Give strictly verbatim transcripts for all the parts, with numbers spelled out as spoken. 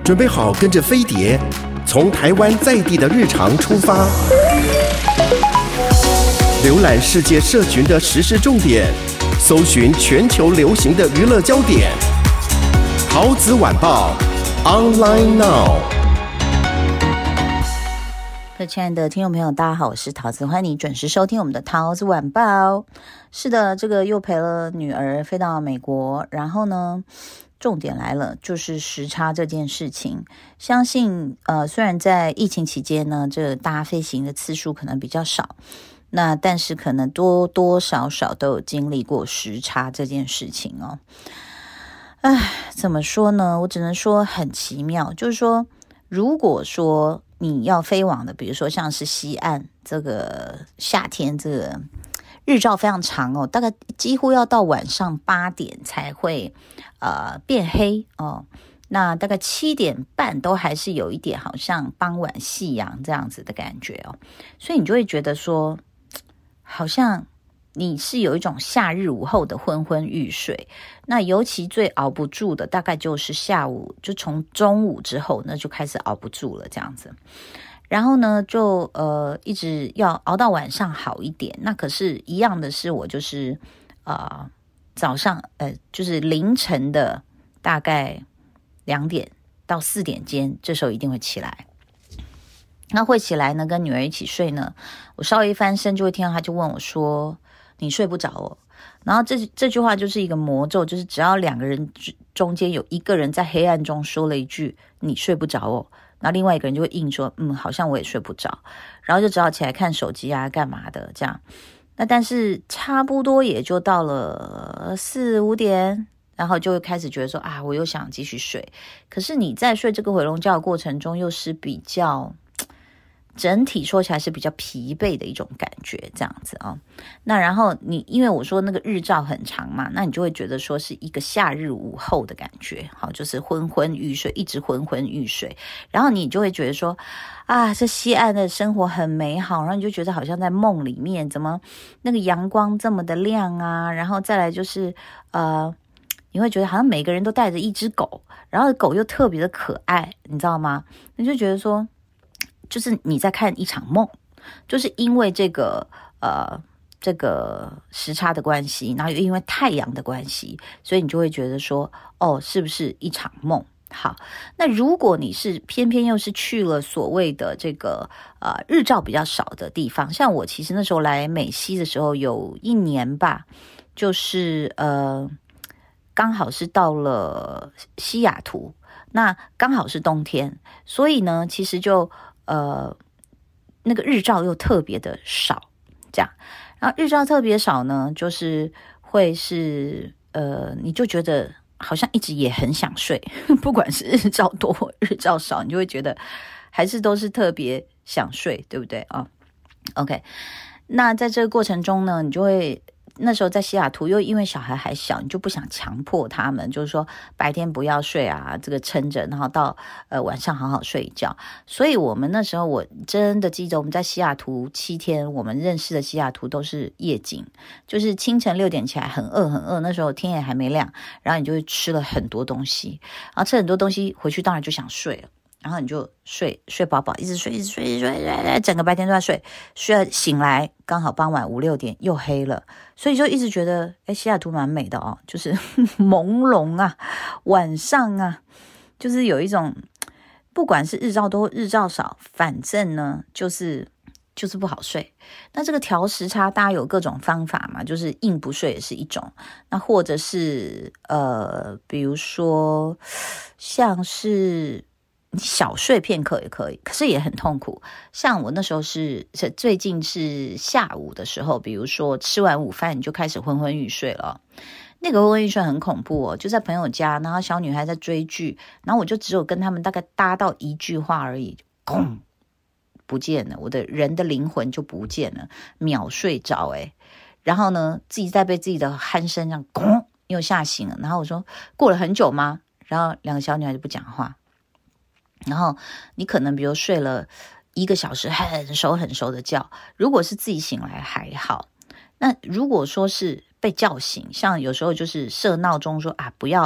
准备好跟着飞碟，从台湾在地的日常出发，浏览世界社群的时事重点，搜寻全球流行的娱乐焦点。陶子晚报 online now。 各位亲爱的听众朋友，大家好，我是陶子，欢迎你准时收听我们的陶子晚报。是的，这个又陪了女儿飞到美国，然后呢，重点来了，就是时差这件事情。相信呃，虽然在疫情期间呢，这个大家飞行的次数可能比较少，那但是可能多多少少都有经历过时差这件事情哦。唉，怎么说呢？我只能说很奇妙，就是说，如果说你要飞往的，比如说像是西岸，这个夏天这个日照非常长哦，大概几乎要到晚上八点才会呃变黑哦。那大概七点半都还是有一点好像傍晚夕阳这样子的感觉哦，所以你就会觉得说，好像你是有一种夏日午后的昏昏欲睡。那尤其最熬不住的大概就是下午，就从中午之后那就开始熬不住了这样子。然后呢就呃一直要熬到晚上好一点。那可是一样的是，我就是呃早上呃就是凌晨的大概两点到四点间，这时候一定会起来。那会起来呢，跟女儿一起睡呢，我稍微一翻身就会听到她就问我说，你睡不着哦？然后这这句话就是一个魔咒，就是只要两个人中间有一个人在黑暗中说了一句你睡不着哦，然后另外一个人就会硬说嗯，好像我也睡不着，然后就只好起来看手机啊干嘛的这样。那但是差不多也就到了四五点，然后就会开始觉得说啊，我又想继续睡。可是你在睡这个回笼觉的过程中，又是比较整体说起来是比较疲惫的一种感觉这样子啊、哦。那然后你因为我说那个日照很长嘛，那你就会觉得说是一个夏日午后的感觉，好，就是昏昏欲睡，一直昏昏欲睡。然后你就会觉得说啊，这西岸的生活很美好，然后你就觉得好像在梦里面，怎么那个阳光这么的亮啊，然后再来就是呃你会觉得好像每个人都带着一只狗，然后狗又特别的可爱，你知道吗？你就觉得说就是你在看一场梦，就是因为这个呃这个时差的关系，然后又因为太阳的关系，所以你就会觉得说哦，是不是一场梦？好，那如果你是偏偏又是去了所谓的这个呃日照比较少的地方，像我其实那时候来美西的时候有一年吧，就是呃刚好是到了西雅图，那刚好是冬天，所以呢其实就呃，那个日照又特别的少，这样，然后日照特别少呢，就是会是呃，你就觉得好像一直也很想睡，不管是日照多日照少，你就会觉得还是都是特别想睡，对不对啊 ？OK， 那在这个过程中呢，你就会。那时候在西雅图，又因为小孩还小，你就不想强迫他们，就是说白天不要睡啊，这个撑着，然后到呃晚上好好睡一觉。所以我们那时候我真的记得，我们在西雅图七天，我们认识的西雅图都是夜景，就是清晨六点起来很饿很饿，那时候天也还没亮，然后你就会吃了很多东西，然后吃很多东西回去当然就想睡了。然后你就睡睡饱饱，一直睡一直睡一直睡，整个白天都在睡，睡了醒来刚好傍晚五六点又黑了，所以就一直觉得诶西雅图蛮美的哦，就是朦胧啊，晚上啊，就是有一种不管是日照多日照少，反正呢就是就是不好睡。那这个调时差大家有各种方法嘛，就是硬不睡也是一种，那或者是呃比如说像是小睡片刻也可以，可是也很痛苦。像我那时候是是最近是下午的时候，比如说吃完午饭你就开始昏昏欲睡了，那个昏昏欲睡很恐怖哦，就在朋友家，然后小女孩在追剧，然后我就只有跟他们大概搭到一句话而已，砰，不见了，我的人的灵魂就不见了，秒睡着诶。然后呢自己在被自己的鼾声这样砰又吓醒了，然后我说过了很久吗？然后两个小女孩就不讲话。然后你可能比如睡了一个小时很熟很熟的觉，如果是自己醒来还好，那如果说是被叫醒，像有时候就是设闹钟说啊不要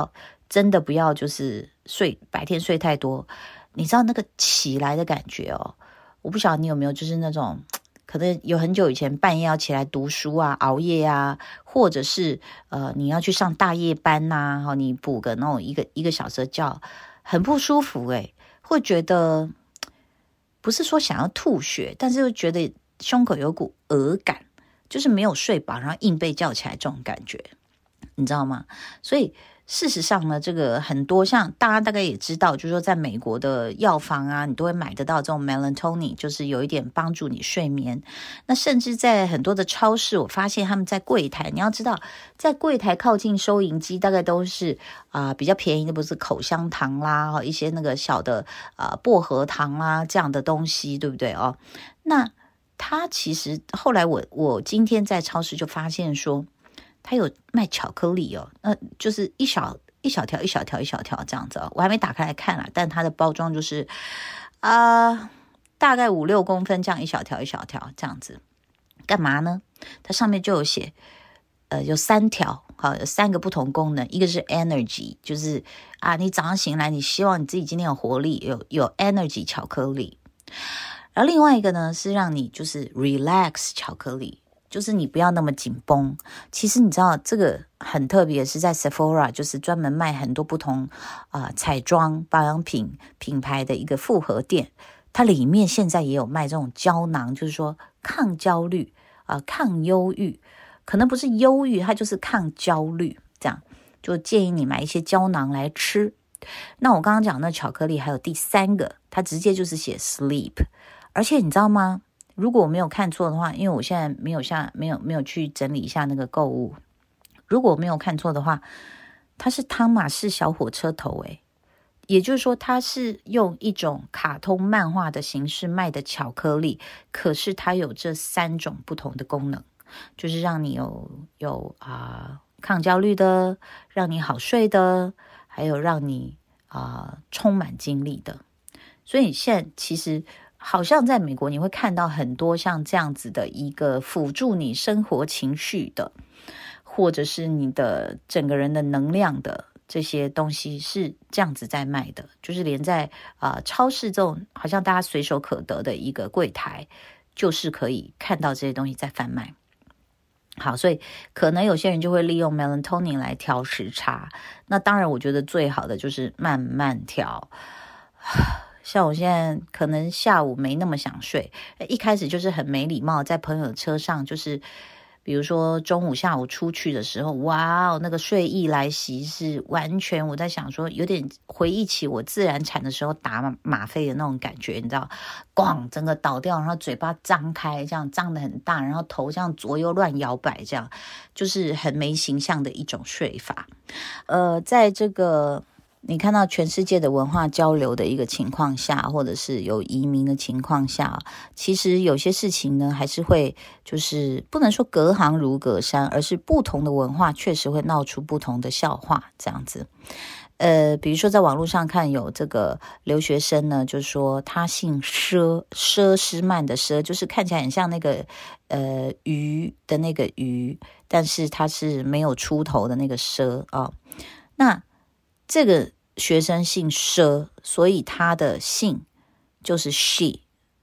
真的不要就是睡白天睡太多，你知道那个起来的感觉哦，我不晓得你有没有就是那种可能有很久以前半夜要起来读书啊，熬夜啊，或者是呃你要去上大夜班呐、啊，你补个那种一个一个小时的觉，很不舒服诶，会觉得不是说想要吐血，但是又觉得胸口有股恶感，就是没有睡饱，然后硬被叫起来这种感觉，你知道吗？所以事实上呢，这个很多像大家大概也知道，就是说在美国的药房啊，你都会买得到这种 melatonin， 就是有一点帮助你睡眠。那甚至在很多的超市，我发现他们在柜台，你要知道，在柜台靠近收银机，大概都是啊、呃、比较便宜的，不是口香糖啦，一些那个小的啊、呃、薄荷糖啦这样的东西，对不对哦？那它其实后来我我今天在超市就发现说，它有卖巧克力哦，那就是一小一小条一小条一小条这样子哦，我还没打开来看啦，但它的包装就是啊、呃，大概五六公分这样一小条一小条这样子，干嘛呢？它上面就有写，呃，有三条，好，有三个不同功能，一个是 energy， 就是啊，你早上醒来，你希望你自己今天有活力，有有 energy 巧克力，然后另外一个呢是让你就是 relax 巧克力。就是你不要那么紧绷。其实你知道这个很特别，是在 Sephora， 就是专门卖很多不同啊、呃、彩妆保养品品牌的一个复合店，它里面现在也有卖这种胶囊，就是说抗焦虑啊、呃、抗忧郁，可能不是忧郁，它就是抗焦虑，这样就建议你买一些胶囊来吃。那我刚刚讲那巧克力还有第三个，它直接就是写 sleep， 而且你知道吗？如果我没有看错的话，因为我现在没有下没有没有去整理一下那个购物，如果我没有看错的话，它是汤马士小火车头诶，也就是说它是用一种卡通漫画的形式卖的巧克力，可是它有这三种不同的功能，就是让你有有啊、呃、抗焦虑的，让你好睡的，还有让你啊、呃、充满精力的。所以现在其实好像在美国你会看到很多像这样子的一个辅助你生活情绪的，或者是你的整个人的能量的这些东西是这样子在卖的，就是连在啊、呃、超市这种好像大家随手可得的一个柜台，就是可以看到这些东西在贩卖。好，所以可能有些人就会利用 melatonin 来调时差，那当然我觉得最好的就是慢慢调。像我现在可能下午没那么想睡，一开始就是很没礼貌，在朋友的车上，就是比如说中午下午出去的时候，哇，那个睡意来袭，是完全我在想说有点回忆起我自然产的时候打吗啡的那种感觉，你知道，咣整个倒掉，然后嘴巴张开，这样张得很大，然后头这样左右乱摇摆，这样就是很没形象的一种睡法。呃，在这个你看到全世界的文化交流的一个情况下，或者是有移民的情况下，其实有些事情呢还是会就是不能说隔行如隔山，而是不同的文化确实会闹出不同的笑话这样子。呃，比如说在网络上看有这个留学生呢，就说他姓佘，佘诗曼的佘，就是看起来很像那个呃鱼的那个鱼，但是他是没有出头的那个佘啊、哦。那这个学生姓佘，所以他的姓就是 she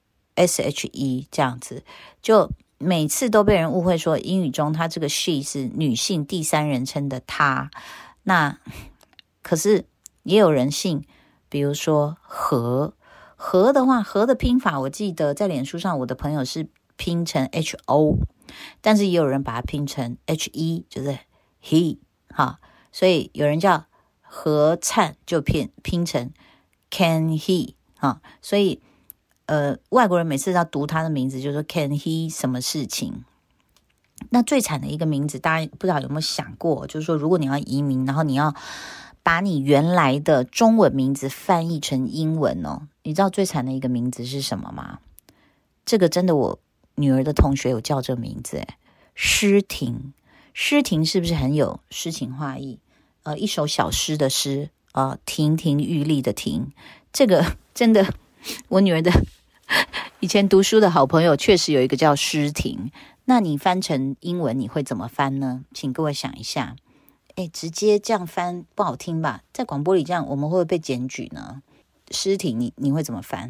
S H E 这样子，就每次都被人误会说英语中他这个 she 是女性第三人称的她。那可是也有人姓比如说何，何的话，何的拼法我记得在脸书上我的朋友是拼成 H O， 但是也有人把它拼成 H E， 就是 he 哈，所以有人叫何灿就拼拼成 can he 啊，所以呃外国人每次要读他的名字就说 can he 什么事情。那最惨的一个名字大家不知道有没有想过，就是说如果你要移民，然后你要把你原来的中文名字翻译成英文哦，你知道最惨的一个名字是什么吗？这个真的我女儿的同学有叫这个名字诶，诗婷。诗婷是不是很有诗情画意？呃，一首小诗的诗啊、呃，亭亭玉立的亭，这个真的，我女儿的以前读书的好朋友确实有一个叫诗婷。那你翻成英文你会怎么翻呢？请各位想一下哎，直接这样翻不好听吧？在广播里这样，我们会不会被检举呢？诗婷，你你会怎么翻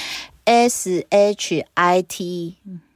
？S H I T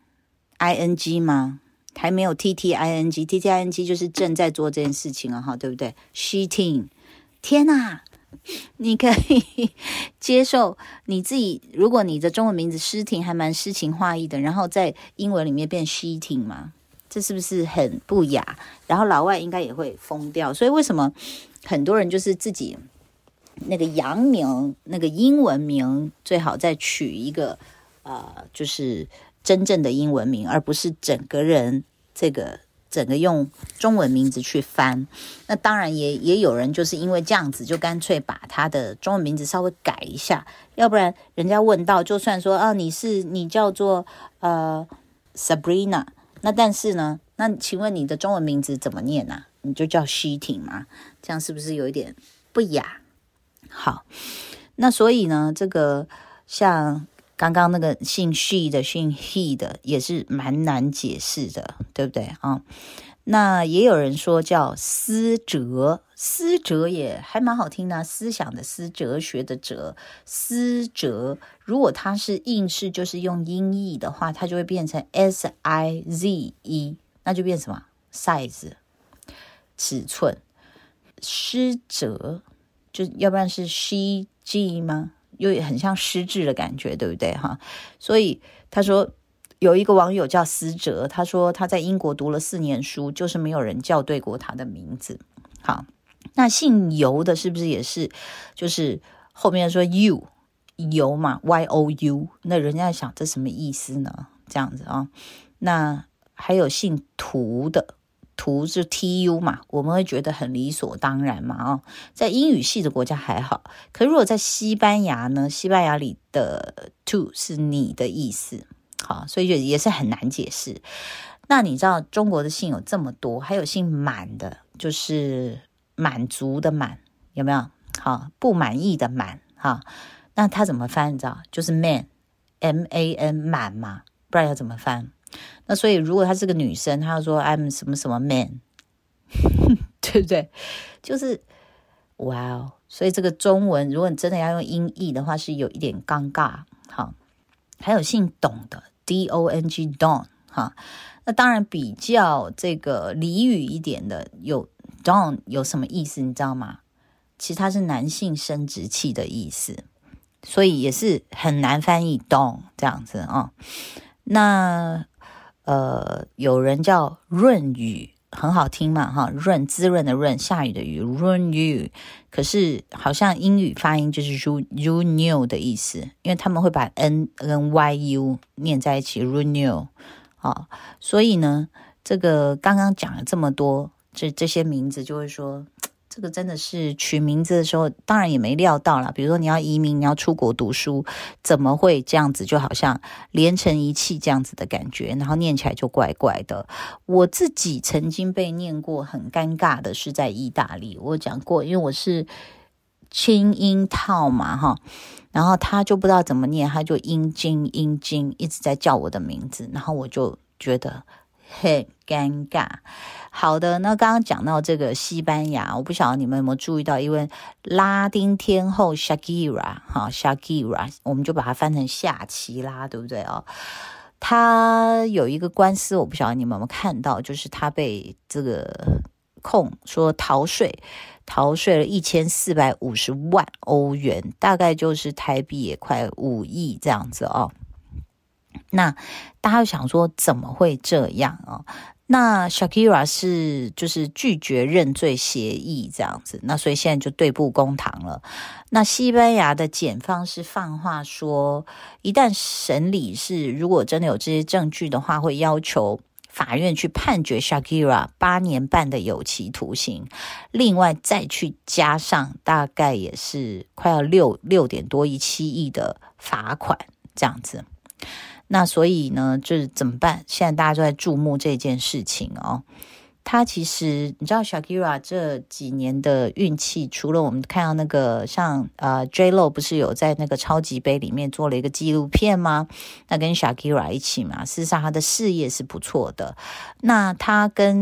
I N G 吗？还没有 T T I N G，T T I N G 就是正在做这件事情啊，哈，对不对 ？Sheeting， 天哪！你可以接受你自己，如果你的中文名字诗婷还蛮诗情画意的，然后在英文里面变 Sheeting 吗？这是不是很不雅？然后老外应该也会疯掉。所以为什么很多人就是自己那个洋名，那个英文名最好再取一个呃，就是真正的英文名，而不是整个人这个整个用中文名字去翻。那当然也也有人就是因为这样子，就干脆把他的中文名字稍微改一下，要不然人家问到，就算说啊，你是你叫做呃 Sabrina， 那但是呢，那请问你的中文名字怎么念啊？你就叫 Sheeting 吗？这样是不是有一点不雅？好，那所以呢，这个像刚刚那个姓 she 的姓 he 的也是蛮难解释的，对不对啊？那也有人说叫思哲，思哲也还蛮好听的、啊，思想的思，哲学的哲，思哲。如果它是硬式，就是用音译的话，它就会变成 S I Z E， 那就变什么 size 尺寸。失哲就要不然是 she g 吗？又很像失智的感觉，对不对哈？所以他说有一个网友叫思哲，他说他在英国读了四年书，就是没有人校对过他的名字。好，那姓尤的是不是也是就是后面说 you 尤嘛 Y O U， 那人家想这什么意思呢？这样子啊。那还有姓涂的，涂是 T U 嘛，我们会觉得很理所当然嘛、哦、在英语系的国家还好，可如果在西班牙呢，西班牙里的 to 是你的意思，好，所以也是很难解释。那你知道中国的姓有这么多，还有姓满的，就是满足的满，有没有？好，不满意的满，哈，那他怎么翻？你知道，就是 man M A N 满嘛，不然要怎么翻？那所以如果她是个女生，她要说 I'm 什么什么 man 对不对？就是哇哦，所以这个中文如果你真的要用音译的话是有一点尴尬。好，还有姓董的 D O N G Don 哈，那当然比较这个俚语一点的有 Don 有什么意思你知道吗？其实它是男性生殖器的意思，所以也是很难翻译 Don 这样子啊、哦。那呃，有人叫润雨，很好听嘛，哈，润滋润的润，下雨的雨，润雨。可是好像英语发音就是 you you knew 的意思，因为他们会把 n 跟 yu 念在一起 renew 啊，所以呢，这个刚刚讲了这么多，这这些名字就会说。这个真的是取名字的时候当然也没料到啦，比如说你要移民你要出国读书，怎么会这样子，就好像连成一气这样子的感觉，然后念起来就怪怪的。我自己曾经被念过很尴尬的是在意大利，我讲过因为我是清音套嘛哈，然后他就不知道怎么念，他就阴茎阴茎一直在叫我的名字，然后我就觉得很尴尬。好的，那刚刚讲到这个西班牙，我不晓得你们有没有注意到，因为拉丁天后 Shakira 哈 Shakira 我们就把它翻成夏奇拉，对不对哦？他有一个官司，我不晓得你们有没有看到，就是他被这个控说逃税，逃税了一千四百五十万欧元，大概就是台币也快五亿这样子哦。那大家想说怎么会这样哦？那 Shakira 是就是拒绝认罪协议这样子，那所以现在就对簿公堂了。那西班牙的检方是放话说，一旦审理是如果真的有这些证据的话，会要求法院去判决 Shakira 八年半的有期徒刑，另外再去加上大概也是快要六六点多亿七亿的罚款这样子。那所以呢，就是怎么办？现在大家都在注目这件事情哦。他其实你知道 Shakira 这几年的运气，除了我们看到那个像呃 J Lo 不是有在那个超级杯里面做了一个纪录片吗？那跟 Shakira 一起嘛，事实上他的事业是不错的。那他跟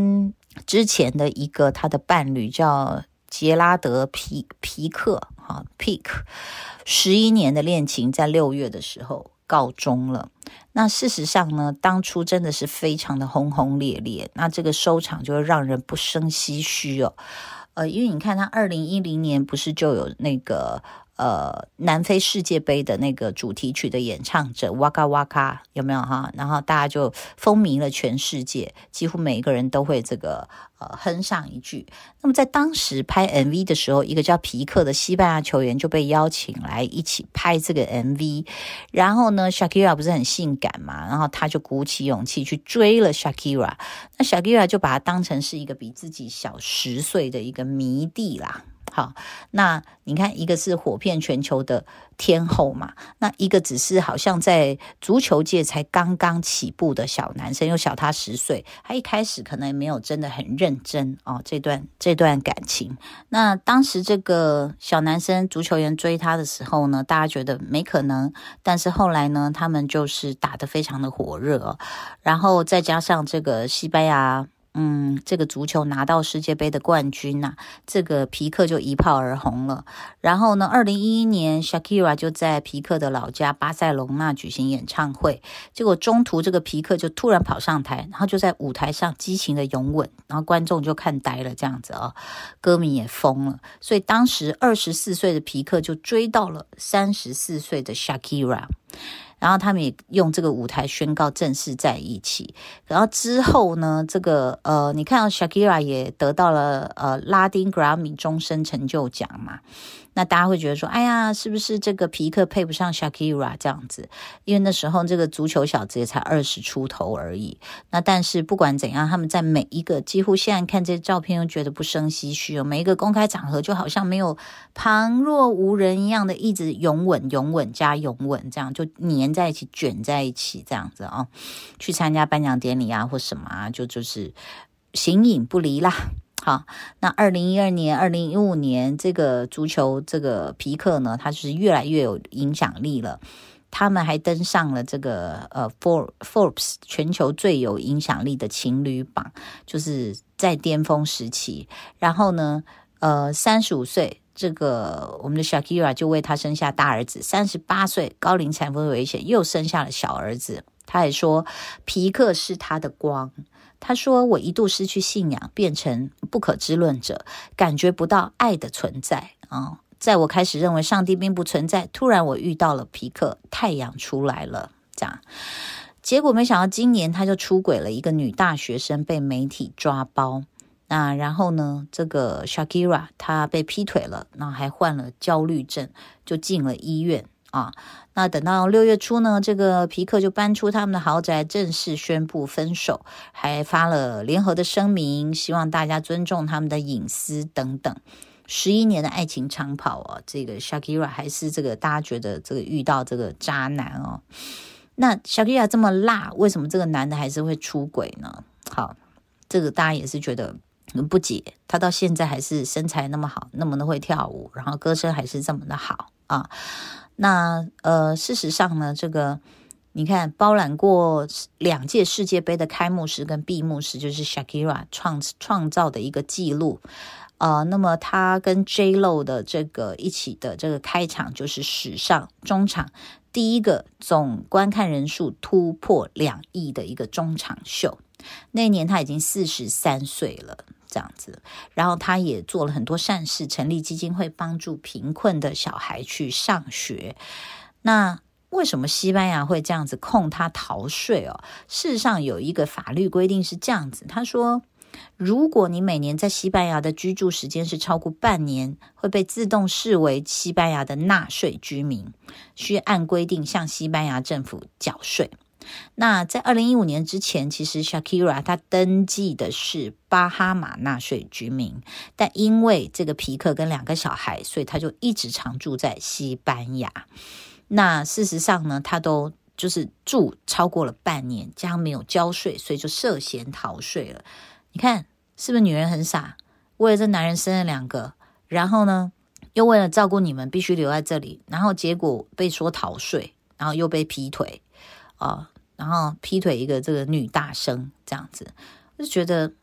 之前的一个他的伴侣叫杰拉德皮皮克啊 Peak， 十一年的恋情在六月的时候告终了。那事实上呢，当初真的是非常的轰轰烈烈，那这个收场就会让人不胜唏嘘哦。呃，因为你看他二零一零年不是就有那个呃南非世界杯的那个主题曲的演唱者哇卡哇卡，有没有哈？然后大家就风靡了全世界，几乎每一个人都会这个呃哼上一句。那么在当时拍 M V 的时候，一个叫皮克的西班牙球员就被邀请来一起拍这个 M V， 然后呢 Shakira 不是很性感嘛，然后他就鼓起勇气去追了 Shakira， 那 Shakira 就把他当成是一个比自己小十岁的一个迷弟啦。好，那你看，一个是火遍全球的天后嘛，那一个只是好像在足球界才刚刚起步的小男生，又小他十岁，他一开始可能也没有真的很认真哦，这段这段感情。那当时这个小男生足球员追他的时候呢，大家觉得没可能，但是后来呢，他们就是打得非常的火热哦，然后再加上这个西班牙。嗯，这个足球拿到世界杯的冠军啊，这个皮克就一炮而红了。然后呢，二零一一年 Shakira 就在皮克的老家巴塞隆纳举行演唱会，结果中途这个皮克就突然跑上台，然后就在舞台上激情的拥吻，然后观众就看呆了这样子哦，歌迷也疯了。所以当时二十四岁的皮克就追到了三十四岁的 Shakira。然后他们也用这个舞台宣告正式在一起。然后之后呢，这个呃，你看到 Shakira 也得到了呃拉丁格莱美终身成就奖嘛。那大家会觉得说，哎呀，是不是这个皮克配不上 Shakira 这样子？因为那时候这个足球小子也才二十出头而已。那但是不管怎样，他们在每一个几乎现在看这些照片，又觉得不胜唏嘘哦。每一个公开场合就好像没有旁若无人一样的，一直拥吻、拥吻加拥吻，这样就黏在一起、卷在一起这样子啊、哦。去参加颁奖典礼啊或什么啊，就就是形影不离啦。好，那二零一二年、二零一五年这个足球这个皮克呢，他就是越来越有影响力了。他们还登上了这个呃 Forbes 全球最有影响力的情侣榜，就是在巅峰时期。然后呢，呃，三十五岁，这个我们的 Shakira 就为他生下大儿子，三十八岁高龄产妇危险又生下了小儿子。他还说皮克是他的光。他说我一度失去信仰，变成不可知论者，感觉不到爱的存在啊、哦！在我开始认为上帝并不存在，突然我遇到了皮克，太阳出来了，这样。结果没想到今年他就出轨了一个女大学生，被媒体抓包。那然后呢，这个 Shakira 她被劈腿了，那还患了焦虑症，就进了医院。啊，那等到六月初呢，这个皮克就搬出他们的豪宅，正式宣布分手，还发了联合的声明，希望大家尊重他们的隐私等等。十一年的爱情长跑哦，这个 Shakira 还是这个大家觉得这个遇到这个渣男哦。那 Shakira 这么辣，为什么这个男的还是会出轨呢？好，这个大家也是觉得不解，他到现在还是身材那么好，那么的会跳舞，然后歌声还是这么的好啊。那呃，事实上呢，这个你看，包揽过两届世界杯的开幕式跟闭幕式，就是 Shakira 创创造的一个记录。呃，那么他跟 J Lo 的这个一起的这个开场，就是史上中场第一个总观看人数突破两亿的一个中场秀。那年他已经四十三岁了。这样子，然后他也做了很多善事，成立基金会帮助贫困的小孩去上学。那为什么西班牙会这样子控他逃税哦？事实上有一个法律规定是这样子，他说如果你每年在西班牙的居住时间是超过半年，会被自动视为西班牙的纳税居民，需按规定向西班牙政府缴税。那在二零一五年之前，其实 Shakira 她登记的是巴哈马纳税居民，但因为这个皮克跟两个小孩，所以他就一直常住在西班牙。那事实上呢，他都就是住超过了半年，加上没有交税，所以就涉嫌逃税了。你看是不是女人很傻？为了这男人生了两个，然后呢又为了照顾你们必须留在这里，然后结果被说逃税，然后又被劈腿啊、呃，然后劈腿一个这个女大生这样子，就觉得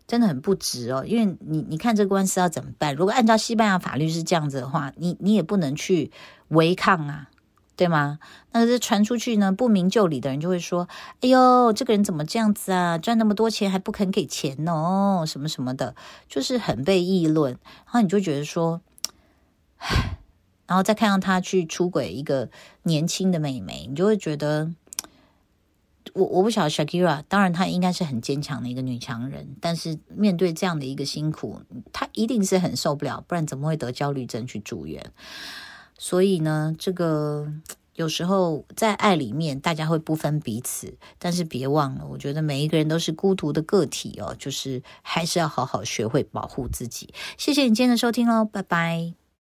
真的很不值哦，因为你你看这个官司要怎么办？如果按照西班牙法律是这样子的话，你你也不能去违抗啊，对吗？那这传出去呢，不明就里的人就会说，哎呦，这个人怎么这样子啊？赚那么多钱还不肯给钱哦，什么什么的，就是很被议论。然后你就觉得说，唉，然后再看到他去出轨一个年轻的妹妹，你就会觉得。我我不晓得 Shakira， 当然她应该是很坚强的一个女强人，但是面对这样的一个辛苦，她一定是很受不了，不然怎么会得焦虑症去住院？所以呢，这个有时候在爱里面，大家会不分彼此，但是别忘了，我觉得每一个人都是孤独的个体哦，就是还是要好好学会保护自己。谢谢你今天的收听咯，拜拜。